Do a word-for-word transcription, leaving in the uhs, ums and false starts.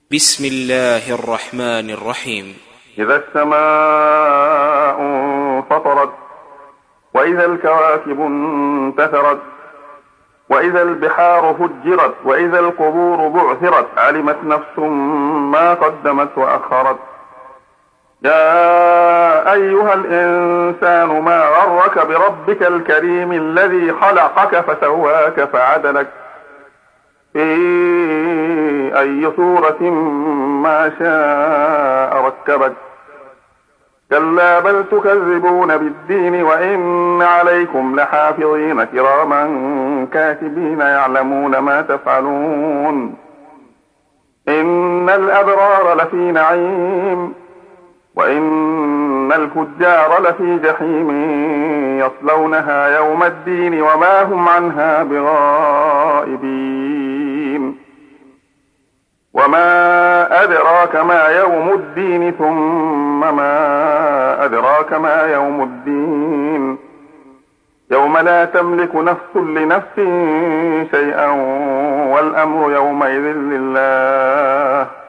بسم الله الرحمن الرحيم. إذا السماء انفطرت وإذا الكواكب انتثرت وإذا البحار فجرت وإذا القبور بعثرت علمت نفس ما قدمت وأخرت. يا أيها الإنسان ما غرك بربك الكريم الذي خلقك فسواك فعدلك في أي صورة ما شاء ركبك. كلا بل تكذبون بالدين وإن عليكم لحافظين كراما كاتبين يعلمون ما تفعلون. إن الأبرار لفي نعيم وإن الفجار لفي جحيم يصلونها يوم الدين وما هم عنها بغائبين. وما أدراك ما يوم الدين ثم ما أدراك ما يوم الدين يوم لا تملك نفس لنفس شيئا والأمر يومئذ لله